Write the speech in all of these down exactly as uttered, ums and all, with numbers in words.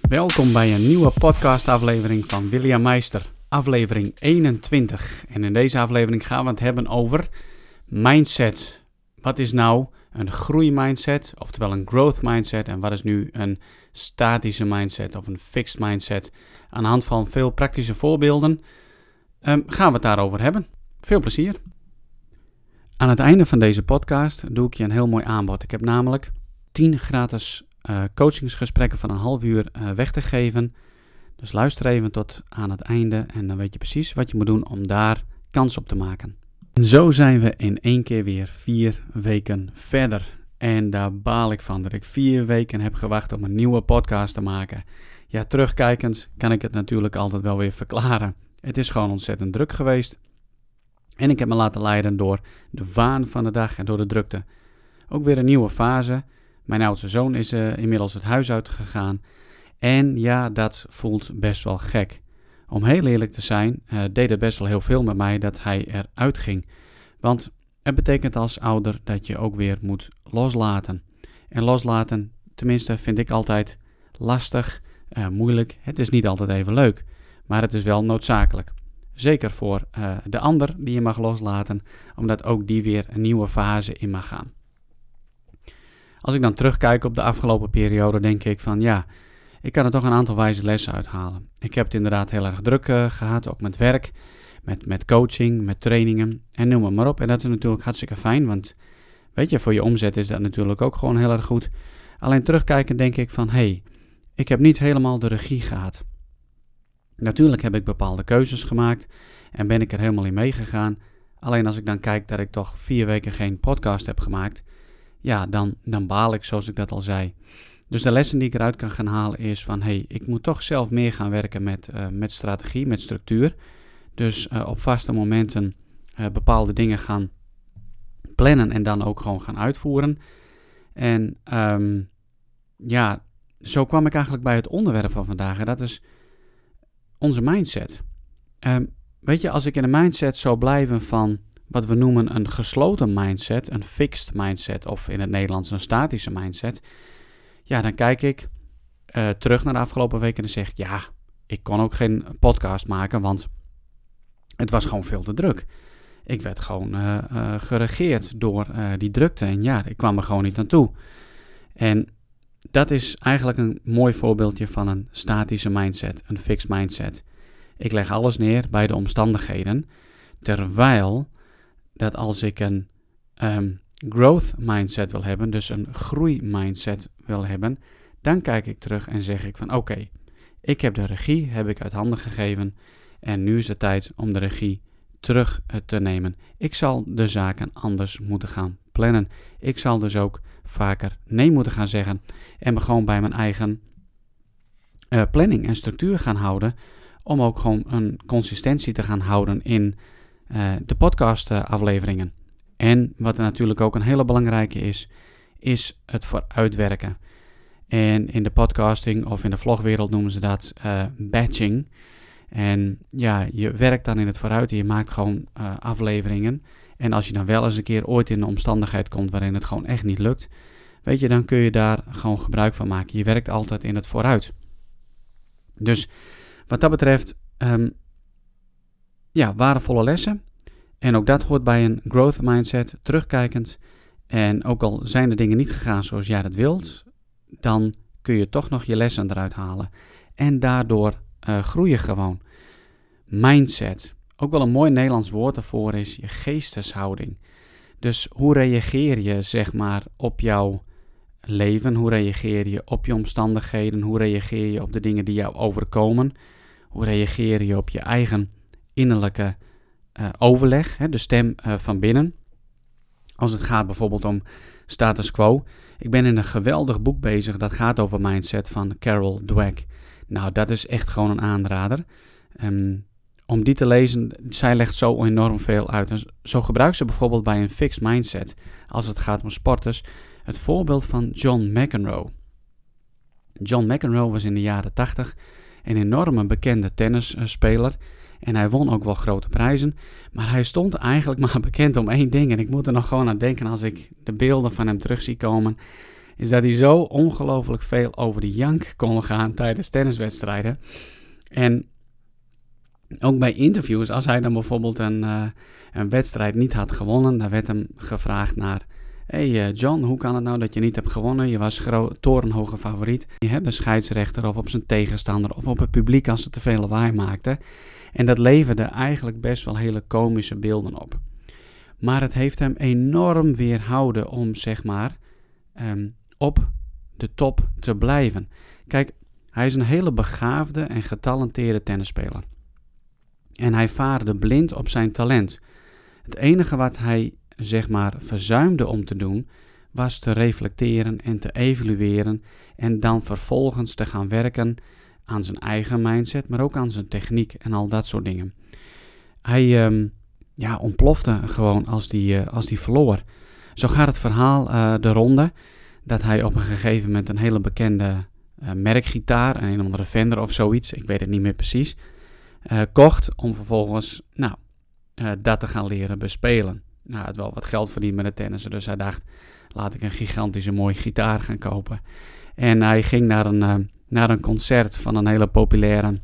Welkom bij een nieuwe podcastaflevering van William Meister, aflevering eenentwintig. En in deze aflevering gaan we het hebben over mindset. Wat is nou een groeimindset, oftewel een growth mindset, en wat is nu een statische mindset of een fixed mindset? Aan de hand van veel praktische voorbeelden um, gaan we het daarover hebben. Veel plezier! Aan het einde van deze podcast doe ik je een heel mooi aanbod. Ik heb namelijk tien gratis uh, coachingsgesprekken van een half uur uh, weg te geven. Dus luister even tot aan het einde en dan weet je precies wat je moet doen om daar kans op te maken. En zo zijn we in één keer weer vier weken verder. En daar baal ik van dat ik vier weken heb gewacht om een nieuwe podcast te maken. Ja, terugkijkend kan ik het natuurlijk altijd wel weer verklaren. Het is gewoon ontzettend druk geweest. En ik heb me laten leiden door de waan van de dag en door de drukte. Ook weer een nieuwe fase. Mijn oudste zoon is uh, inmiddels het huis uitgegaan. En ja, dat voelt best wel gek. Om heel eerlijk te zijn, uh, deed het best wel heel veel met mij dat hij eruit ging. Want het betekent als ouder dat je ook weer moet loslaten. En loslaten, tenminste vind ik altijd lastig, uh, moeilijk. Het is niet altijd even leuk, maar het is wel noodzakelijk. Zeker voor uh, de ander die je mag loslaten, omdat ook die weer een nieuwe fase in mag gaan. Als ik dan terugkijk op de afgelopen periode, denk ik van ja, ik kan er toch een aantal wijze lessen uithalen. Ik heb het inderdaad heel erg druk uh, gehad, ook met werk, met, met coaching, met trainingen en noem het maar op. En dat is natuurlijk hartstikke fijn, want weet je, voor je omzet is dat natuurlijk ook gewoon heel erg goed. Alleen terugkijken denk ik van hé, hey, ik heb niet helemaal de regie gehad. Natuurlijk heb ik bepaalde keuzes gemaakt en ben ik er helemaal in meegegaan. Alleen als ik dan kijk dat ik toch vier weken geen podcast heb gemaakt, ja, dan, dan baal ik zoals ik dat al zei. Dus de lessen die ik eruit kan gaan halen is van, hé, hey, ik moet toch zelf meer gaan werken met, uh, met strategie, met structuur. Dus uh, op vaste momenten uh, bepaalde dingen gaan plannen en dan ook gewoon gaan uitvoeren. En um, ja, zo kwam ik eigenlijk bij het onderwerp van vandaag en dat is onze mindset. Um, weet je, als ik in een mindset zou blijven van wat we noemen een gesloten mindset, een fixed mindset of in het Nederlands een statische mindset, ja, dan kijk ik uh, terug naar de afgelopen weken en zeg ik, ja, ik kon ook geen podcast maken, want het was gewoon veel te druk. Ik werd gewoon uh, uh, geregeerd door uh, die drukte en ja, ik kwam er gewoon niet aan toe. En dat is eigenlijk een mooi voorbeeldje van een statische mindset, een fixed mindset. Ik leg alles neer bij de omstandigheden, terwijl dat als ik een um, growth mindset wil hebben, dus een groeimindset wil hebben, dan kijk ik terug en zeg ik van oké, okay, ik heb de regie, heb ik uit handen gegeven en nu is het tijd om de regie terug te nemen. Ik zal de zaken anders moeten gaan plannen. Ik zal dus ook vaker nee moeten gaan zeggen en me gewoon bij mijn eigen uh, planning en structuur gaan houden om ook gewoon een consistentie te gaan houden in uh, de podcast uh, afleveringen. En wat er natuurlijk ook een hele belangrijke is, is het vooruitwerken. En in de podcasting of in de vlogwereld noemen ze dat uh, batching. En ja, je werkt dan in het vooruit en je maakt gewoon uh, afleveringen. En als je dan wel eens een keer ooit in een omstandigheid komt waarin het gewoon echt niet lukt, weet je, dan kun je daar gewoon gebruik van maken. Je werkt altijd in het vooruit. Dus wat dat betreft, um, ja, waardevolle lessen. En ook dat hoort bij een growth mindset, terugkijkend. En ook al zijn de dingen niet gegaan zoals jij dat wilt, dan kun je toch nog je lessen eruit halen. En daardoor uh, groeien gewoon. Mindset. Ook wel een mooi Nederlands woord daarvoor is je geesteshouding. Dus hoe reageer je, zeg maar, op jouw leven? Hoe reageer je op je omstandigheden? Hoe reageer je op de dingen die jou overkomen? Hoe reageer je op je eigen innerlijke uh, overleg, hè, de stem uh, van binnen? Als het gaat bijvoorbeeld om status quo. Ik ben in een geweldig boek bezig, dat gaat over mindset van Carol Dweck. Nou, dat is echt gewoon een aanrader. Um, om die te lezen, zij legt zo enorm veel uit. En zo gebruikt ze bijvoorbeeld bij een fixed mindset, als het gaat om sporters, het voorbeeld van John McEnroe. John McEnroe was in de jaren tachtig een enorme bekende tennisspeler. En hij won ook wel grote prijzen. Maar hij stond eigenlijk maar bekend om één ding. En ik moet er nog gewoon aan denken als ik de beelden van hem terug zie komen. is dat hij zo ongelooflijk veel over de jank kon gaan tijdens tenniswedstrijden. En ook bij interviews, als hij dan bijvoorbeeld een, uh, een wedstrijd niet had gewonnen, dan werd hem gevraagd naar: hey uh, John, hoe kan het nou dat je niet hebt gewonnen? Je was gro- torenhoge favoriet. Je hebt een scheidsrechter of op zijn tegenstander of op het publiek als ze te veel lawaai maakten. En dat leverde eigenlijk best wel hele komische beelden op. Maar het heeft hem enorm weerhouden om, zeg maar, um, op de top te blijven. Kijk, hij is een hele begaafde en getalenteerde tennisspeler. En hij vaarde blind op zijn talent. Het enige wat hij, zeg maar, verzuimde om te doen, was te reflecteren en te evalueren en dan vervolgens te gaan werken aan zijn eigen mindset, maar ook aan zijn techniek en al dat soort dingen. Hij um, ja, ontplofte gewoon als die, uh, als die verloor. Zo gaat het verhaal uh, de ronde, dat hij op een gegeven moment een hele bekende uh, merkgitaar, een, een andere Fender of zoiets, ik weet het niet meer precies, uh, kocht om vervolgens nou, uh, dat te gaan leren bespelen. Nou, hij had wel wat geld verdiend met het tennissen, dus hij dacht, laat ik een gigantische mooie gitaar gaan kopen. En hij ging naar een, uh, naar een concert van een hele populaire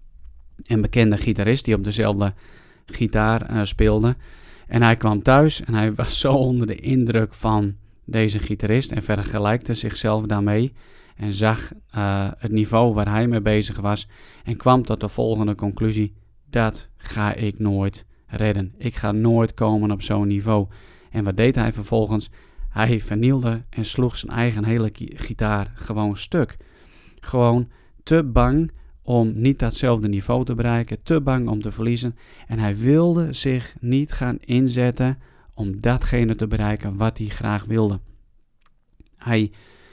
en bekende gitarist die op dezelfde gitaar uh, speelde. En hij kwam thuis en hij was zo onder de indruk van deze gitarist en vergelijkte zichzelf daarmee en zag uh, het niveau waar hij mee bezig was en kwam tot de volgende conclusie: dat ga ik nooit redden. Ik ga nooit komen op zo'n niveau. En wat deed hij vervolgens? Hij vernielde en sloeg zijn eigen hele gitaar gewoon stuk. Gewoon te bang om niet datzelfde niveau te bereiken, te bang om te verliezen. En hij wilde zich niet gaan inzetten om datgene te bereiken wat hij graag wilde. Hij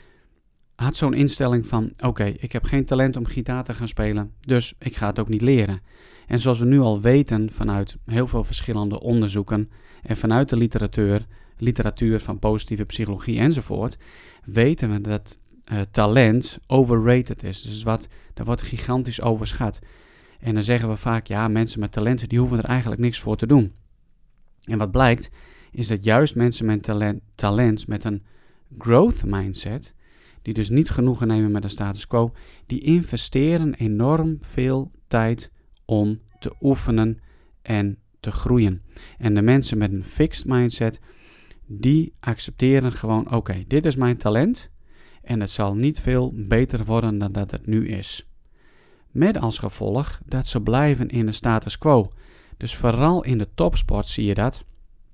had zo'n instelling van: oké, okay, ik heb geen talent om gitaar te gaan spelen, dus ik ga het ook niet leren. En zoals we nu al weten vanuit heel veel verschillende onderzoeken en vanuit de literatuur, literatuur van positieve psychologie enzovoort, weten we dat uh, talent overrated is. Dus wat, dat wordt gigantisch overschat. En dan zeggen we vaak, ja, mensen met talenten, die hoeven er eigenlijk niks voor te doen. En wat blijkt, is dat juist mensen met talent, talent met een growth mindset, die dus niet genoegen nemen met een status quo, die investeren enorm veel tijd om te oefenen en te groeien. En de mensen met een fixed mindset, die accepteren gewoon: oké, okay, dit is mijn talent en het zal niet veel beter worden dan dat het nu is. Met als gevolg dat ze blijven in de status quo. Dus vooral in de topsport zie je dat.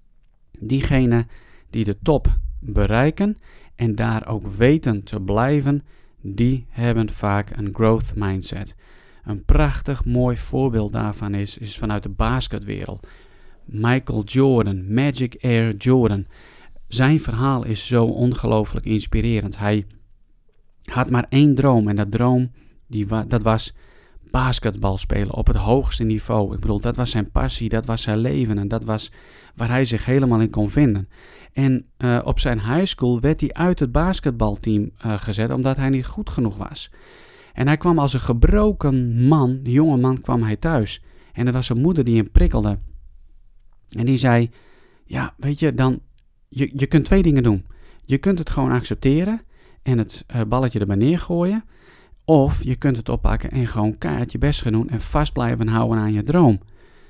Diegenen die de top bereiken en daar ook weten te blijven, die hebben vaak een growth mindset. Een prachtig mooi voorbeeld daarvan is, is vanuit de basketwereld. Michael Jordan, Magic Air Jordan. Zijn verhaal is zo ongelooflijk inspirerend. Hij had maar één droom en dat droom die wa- dat was basketbal spelen op het hoogste niveau. Ik bedoel, dat was zijn passie, dat was zijn leven en dat was waar hij zich helemaal in kon vinden. En uh, op zijn high school werd hij uit het basketbalteam uh, gezet omdat hij niet goed genoeg was. En hij kwam als een gebroken man, een jonge man, kwam hij thuis. En er was zijn moeder die hem prikkelde. En die zei: ja, weet je, dan, je, je kunt twee dingen doen. Je kunt het gewoon accepteren en het uh, balletje erbij neergooien. Of je kunt het oppakken en gewoon keihard je best gaan doen en vast blijven houden aan je droom.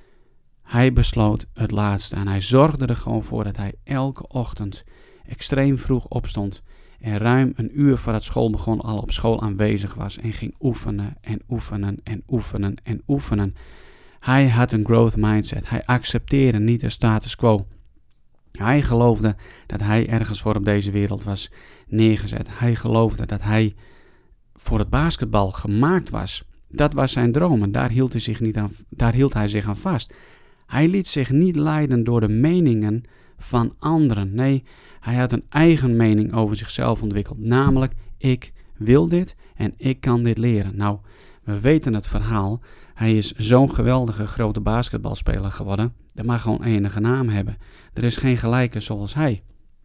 Hij besloot het laatste en hij zorgde er gewoon voor dat hij elke ochtend extreem vroeg opstond. En ruim een uur voordat school begon al op school aanwezig was en ging oefenen en oefenen en oefenen en oefenen. Hij had een growth mindset. Hij accepteerde niet de status quo. Hij geloofde dat hij ergens voor op deze wereld was neergezet. Hij geloofde dat hij voor het basketbal gemaakt was. Dat was zijn droom en daar hield hij zich, niet aan, daar hield hij zich aan vast. Hij liet zich niet leiden door de meningen van anderen. Nee, hij had een eigen mening over zichzelf ontwikkeld. Namelijk, ik wil dit en ik kan dit leren. Nou, we weten het verhaal. Hij is zo'n geweldige grote basketbalspeler geworden. Dat mag gewoon enige naam hebben. Er is geen gelijke zoals hij.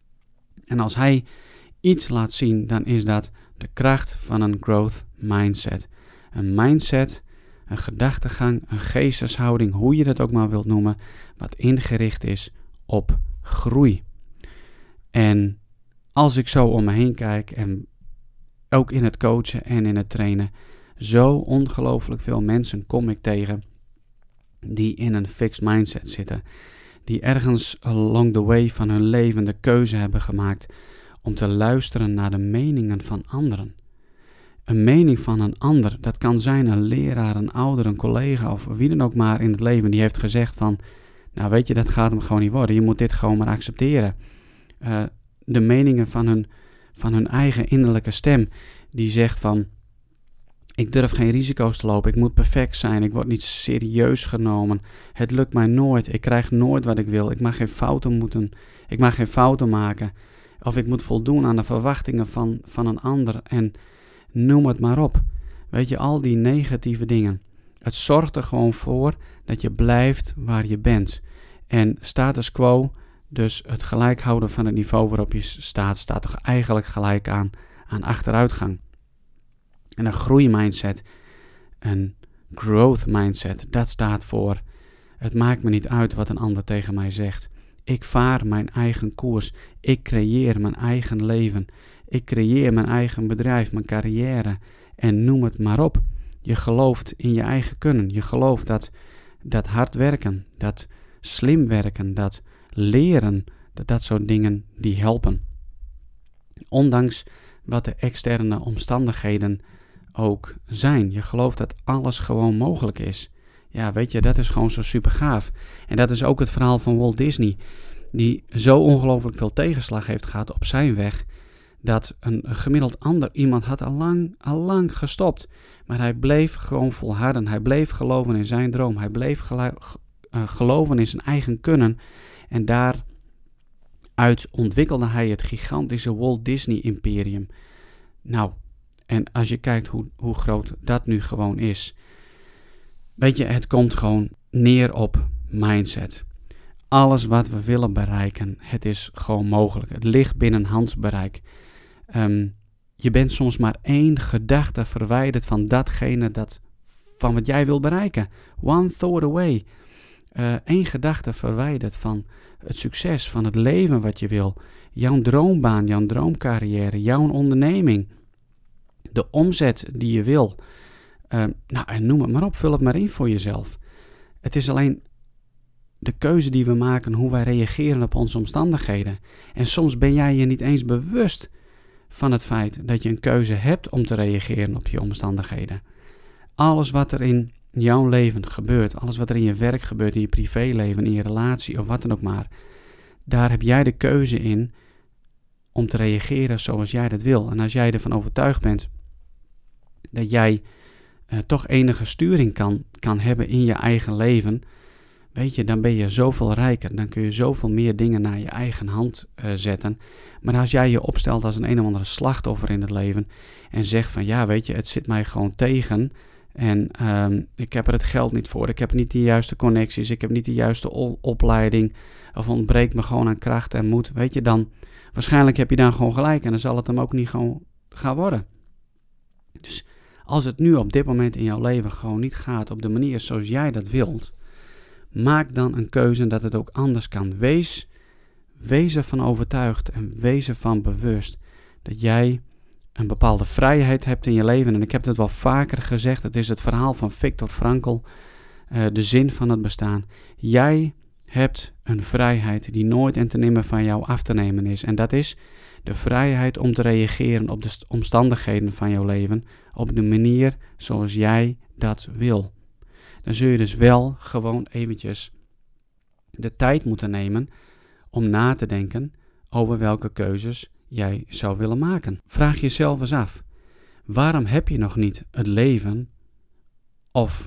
En als hij iets laat zien, dan is dat de kracht van een growth mindset. Een mindset, een gedachtegang, een geesteshouding, hoe je dat ook maar wilt noemen, wat ingericht is op groei. En als ik zo om me heen kijk en ook in het coachen en in het trainen, zo ongelooflijk veel mensen kom ik tegen die in een fixed mindset zitten. Die ergens along the way van hun leven de keuze hebben gemaakt om te luisteren naar de meningen van anderen. Een mening van een ander, dat kan zijn een leraar, een ouder, een collega of wie dan ook maar in het leven, die heeft gezegd van, nou weet je, dat gaat hem gewoon niet worden. Je moet dit gewoon maar accepteren. Uh, de meningen van hun, van hun eigen innerlijke stem, die zegt van, ik durf geen risico's te lopen, ik moet perfect zijn, ik word niet serieus genomen, het lukt mij nooit, ik krijg nooit wat ik wil, ik mag geen fouten moeten, ik mag geen fouten maken, of ik moet voldoen aan de verwachtingen van, van een ander en noem het maar op. Weet je, al die negatieve dingen. Het zorgt er gewoon voor dat je blijft waar je bent. En status quo, dus het gelijk houden van het niveau waarop je staat, staat toch eigenlijk gelijk aan, aan achteruitgang. En een groeimindset, een growth mindset, dat staat voor, het maakt me niet uit wat een ander tegen mij zegt. Ik vaar mijn eigen koers. Ik creëer mijn eigen leven. Ik creëer mijn eigen bedrijf, mijn carrière en noem het maar op. Je gelooft in je eigen kunnen. Je gelooft dat, dat hard werken, dat slim werken, dat leren, dat dat soort dingen die helpen. Ondanks wat de externe omstandigheden ook zijn. Je gelooft dat alles gewoon mogelijk is. Ja, weet je, dat is gewoon zo super gaaf. En dat is ook het verhaal van Walt Disney, die zo ongelooflijk veel tegenslag heeft gehad op zijn weg, dat een gemiddeld ander iemand had al lang, al lang gestopt. Maar hij bleef gewoon volharden. Hij bleef geloven in zijn droom. Hij bleef gelu- uh, geloven in zijn eigen kunnen. En daaruit ontwikkelde hij het gigantische Walt Disney Imperium. Nou, en als je kijkt hoe, hoe groot dat nu gewoon is. Weet je, het komt gewoon neer op mindset. Alles wat we willen bereiken, het is gewoon mogelijk. Het ligt binnen handbereik. Um, je bent soms maar één gedachte verwijderd van datgene dat, van wat jij wil bereiken. One thought away. Uh, Eén gedachte verwijderd van het succes, van het leven wat je wil. Jouw droombaan, jouw droomcarrière, jouw onderneming. De omzet die je wil. Uh, nou, en noem het maar op, vul het maar in voor jezelf. Het is alleen de keuze die we maken, hoe wij reageren op onze omstandigheden. En soms ben jij je niet eens bewust van het feit dat je een keuze hebt om te reageren op je omstandigheden. Alles wat er in jouw leven gebeurt, alles wat er in je werk gebeurt, in je privéleven, in je relatie of wat dan ook maar, daar heb jij de keuze in om te reageren zoals jij dat wil. En als jij ervan overtuigd bent dat jij uh, toch enige sturing kan, kan hebben in je eigen leven, weet je, dan ben je zoveel rijker. Dan kun je zoveel meer dingen naar je eigen hand uh, zetten. Maar als jij je opstelt als een een of andere slachtoffer in het leven en zegt van ja, weet je, het zit mij gewoon tegen en um, ik heb er het geld niet voor, ik heb niet de juiste connecties, ik heb niet de juiste o- opleiding of ontbreekt me gewoon aan kracht en moed, weet je, dan waarschijnlijk heb je dan gewoon gelijk en dan zal het hem ook niet gewoon gaan worden. Dus als het nu op dit moment in jouw leven gewoon niet gaat op de manier zoals jij dat wilt, maak dan een keuze dat het ook anders kan. Wees, wees ervan overtuigd en wees ervan bewust dat jij een bepaalde vrijheid hebt in je leven. En ik heb het wel vaker gezegd, het is het verhaal van Viktor Frankl, uh, de zin van het bestaan. Jij hebt een vrijheid die nooit en te nimmer van jou af te nemen is. En dat is de vrijheid om te reageren op de omstandigheden van jouw leven op de manier zoals jij dat wil. Dan zul je dus wel gewoon eventjes de tijd moeten nemen om na te denken over welke keuzes jij zou willen maken. Vraag jezelf eens af, waarom heb je nog niet het leven of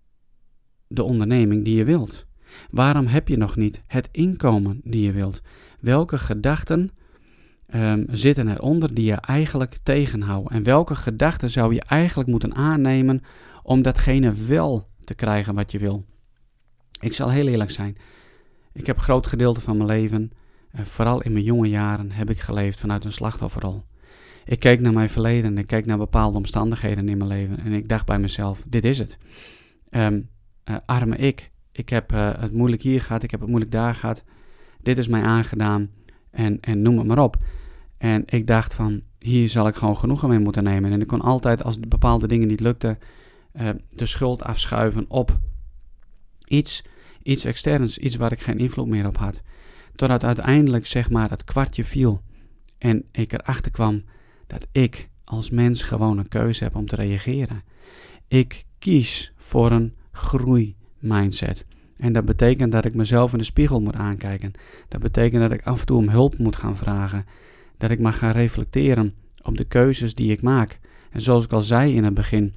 de onderneming die je wilt? Waarom heb je nog niet het inkomen die je wilt? Welke gedachten um, zitten eronder die je eigenlijk tegenhouden? En welke gedachten zou je eigenlijk moeten aannemen om datgene wel te krijgen wat je wil? Ik zal heel eerlijk zijn. Ik heb een groot gedeelte van mijn leven, uh, vooral in mijn jonge jaren, heb ik geleefd vanuit een slachtofferrol. Ik keek naar mijn verleden en ik keek naar bepaalde omstandigheden in mijn leven en ik dacht bij mezelf, dit is het. Um, uh, arme ik. Ik heb uh, het moeilijk hier gehad, ik heb het moeilijk daar gehad. Dit is mij aangedaan en, en noem het maar op. En ik dacht van, hier zal ik gewoon genoegen mee moeten nemen. En ik kon altijd, als bepaalde dingen niet lukten, uh, de schuld afschuiven op iets, iets externs, iets waar ik geen invloed meer op had. Totdat uiteindelijk, zeg maar, het kwartje viel. En ik erachter kwam dat ik als mens gewoon een keuze heb om te reageren. Ik kies voor een groeimindset. En dat betekent dat ik mezelf in de spiegel moet aankijken. Dat betekent dat ik af en toe om hulp moet gaan vragen. Dat ik mag gaan reflecteren op de keuzes die ik maak. En zoals ik al zei in het begin,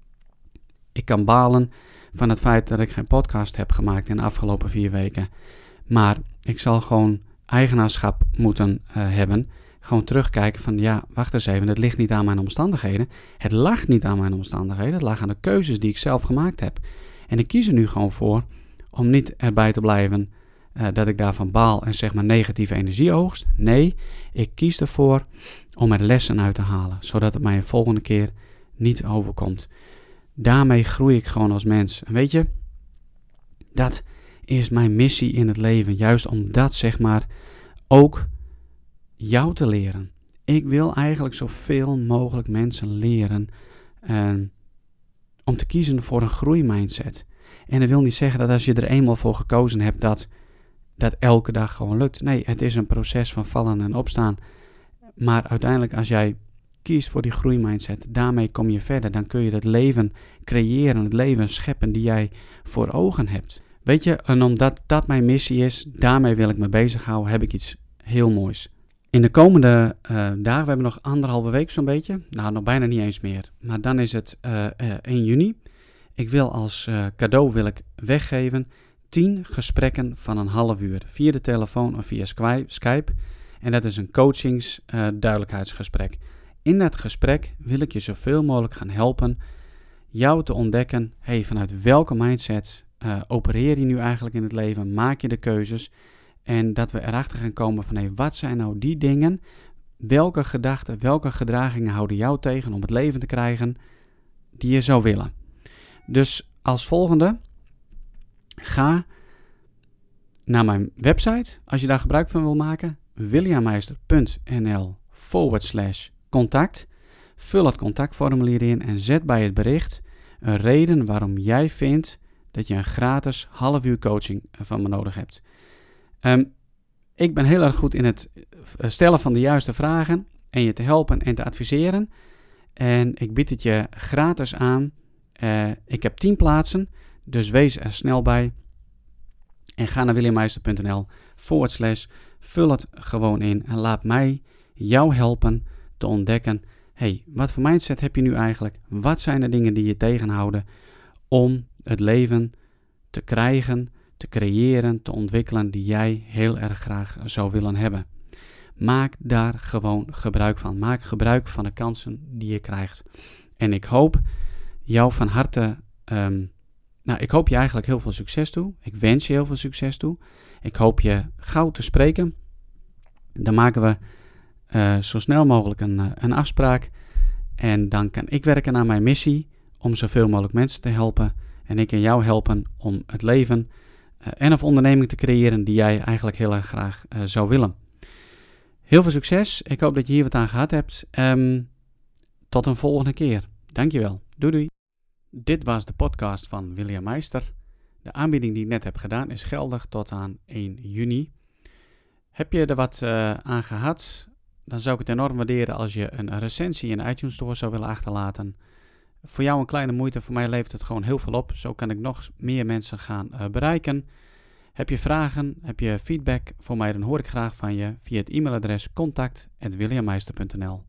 ik kan balen van het feit dat ik geen podcast heb gemaakt in de afgelopen vier weken. Maar ik zal gewoon eigenaarschap moeten uh, hebben. Gewoon terugkijken van, ja, wacht eens even, het ligt niet aan mijn omstandigheden. Het lag niet aan mijn omstandigheden, het lag aan de keuzes die ik zelf gemaakt heb. En ik kies er nu gewoon voor om niet erbij te blijven uh, dat ik daarvan baal en zeg maar negatieve energie oogst. Nee, ik kies ervoor om er lessen uit te halen, zodat het mij een volgende keer niet overkomt. Daarmee groei ik gewoon als mens. En weet je, dat is mijn missie in het leven. Juist om dat, zeg maar, ook jou te leren. Ik wil eigenlijk zoveel mogelijk mensen leren uh, om te kiezen voor een groeimindset. En dat wil niet zeggen dat als je er eenmaal voor gekozen hebt, dat dat elke dag gewoon lukt. Nee, het is een proces van vallen en opstaan. Maar uiteindelijk, als jij kiest voor die groeimindset, daarmee kom je verder. Dan kun je het leven creëren, het leven scheppen die jij voor ogen hebt. Weet je, en omdat dat mijn missie is, daarmee wil ik me bezighouden, heb ik iets heel moois. In de komende uh, dagen, we hebben nog anderhalve week zo'n beetje, nou nog bijna niet eens meer, maar dan is het uh, uh, één juni. Ik wil als uh, cadeau wil ik weggeven tien gesprekken van een half uur, via de telefoon of via Skype. En dat is een coachings uh, duidelijkheidsgesprek. In dat gesprek wil ik je zoveel mogelijk gaan helpen jou te ontdekken, hey, vanuit welke mindset uh, opereer je nu eigenlijk in het leven, maak je de keuzes en dat we erachter gaan komen van hey, wat zijn nou die dingen, welke gedachten, welke gedragingen houden jou tegen om het leven te krijgen die je zou willen. Dus als volgende, ga naar mijn website, als je daar gebruik van wil maken, williammeister.nl forward slash contact. Vul het contactformulier in en zet bij het bericht een reden waarom jij vindt dat je een gratis half uur coaching van me nodig hebt. Um, ik ben heel erg goed in het stellen van de juiste vragen en je te helpen en te adviseren. En ik bied het je gratis aan. Uh, ik heb tien plaatsen, dus wees er snel bij. En ga naar williammeister.nl forward slash vul het gewoon in en laat mij jou helpen te ontdekken, hey, wat voor mindset heb je nu eigenlijk? Wat zijn de dingen die je tegenhouden om het leven te krijgen, te creëren, te ontwikkelen die jij heel erg graag zou willen hebben? Maak daar gewoon gebruik van. Maak gebruik van de kansen die je krijgt. En ik hoop jou van harte, um, nou ik hoop je eigenlijk heel veel succes toe. Ik wens je heel veel succes toe. Ik hoop je gauw te spreken. Dan maken we uh, zo snel mogelijk een, uh, een afspraak. En dan kan ik werken aan mijn missie om zoveel mogelijk mensen te helpen. En ik kan jou helpen om het leven uh, en of onderneming te creëren die jij eigenlijk heel erg graag uh, zou willen. Heel veel succes. Ik hoop dat je hier wat aan gehad hebt. Um, tot een volgende keer. Dankjewel. Doei doei. Dit was de podcast van William Meister. De aanbieding die ik net heb gedaan is geldig tot aan één juni. Heb je er wat uh, aan gehad? Dan zou ik het enorm waarderen als je een recensie in de iTunes Store zou willen achterlaten. Voor jou een kleine moeite, voor mij levert het gewoon heel veel op. Zo kan ik nog meer mensen gaan uh, bereiken. Heb je vragen, heb je feedback voor mij, dan hoor ik graag van je via het e-mailadres contact at williammeister punt n l.